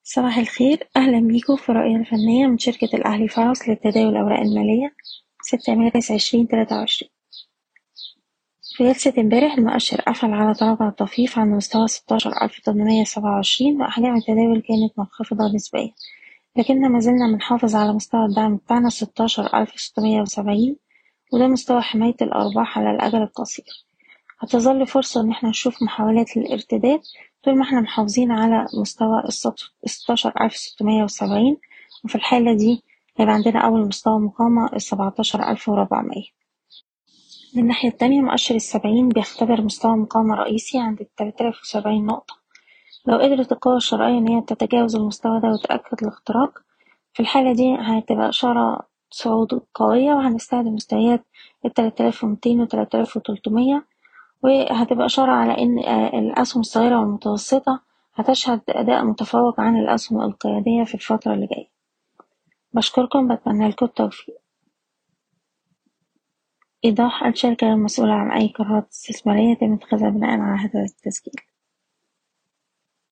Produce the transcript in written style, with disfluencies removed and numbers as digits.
صباح الخير، أهلا بيكم في رؤية الفنية من شركة الأهلي فرس لتداول الأوراق المالية 6 مارس 2023. في جلسة امبارح المؤشر قفل على تراجع طفيف عند مستوى 16827 وأحجام التداول كانت منخفضة نسبيا، لكننا مازلنا بنحافظ على مستوى الدعم بتاعنا 16670، وده مستوى حماية الأرباح على الأجل القصير. هتظل فرصة إن احنا نشوف محاولات للارتداد طول ما احنا محافظين على مستوى 16670، وفي الحالة دي هيبقى عندنا أول مستوى مقاومة 17400. من الناحية التانية مؤشر ال70 بيختبر مستوى مقاومة رئيسي عند 3070 نقطة. لو قدرت القوى الشرائية إن هي تتجاوز المستوى ده وتأكد الاختراق، في الحالة دي هتبقى إشارة صعود قوية، وهنستخدم مستويات 3200 و 3300، وهتبقى إشارة على إن الأسهم الصغيرة والمتوسطة هتشهد أداء متفوق عن الأسهم القيادية في الفترة اللي جاية. بشكركم، بتمنى لكم التوفيق. إيضاح: الشركة المسؤولة عن أي قرارات استثمارية يتم اتخاذها بناء على هذا التسجيل.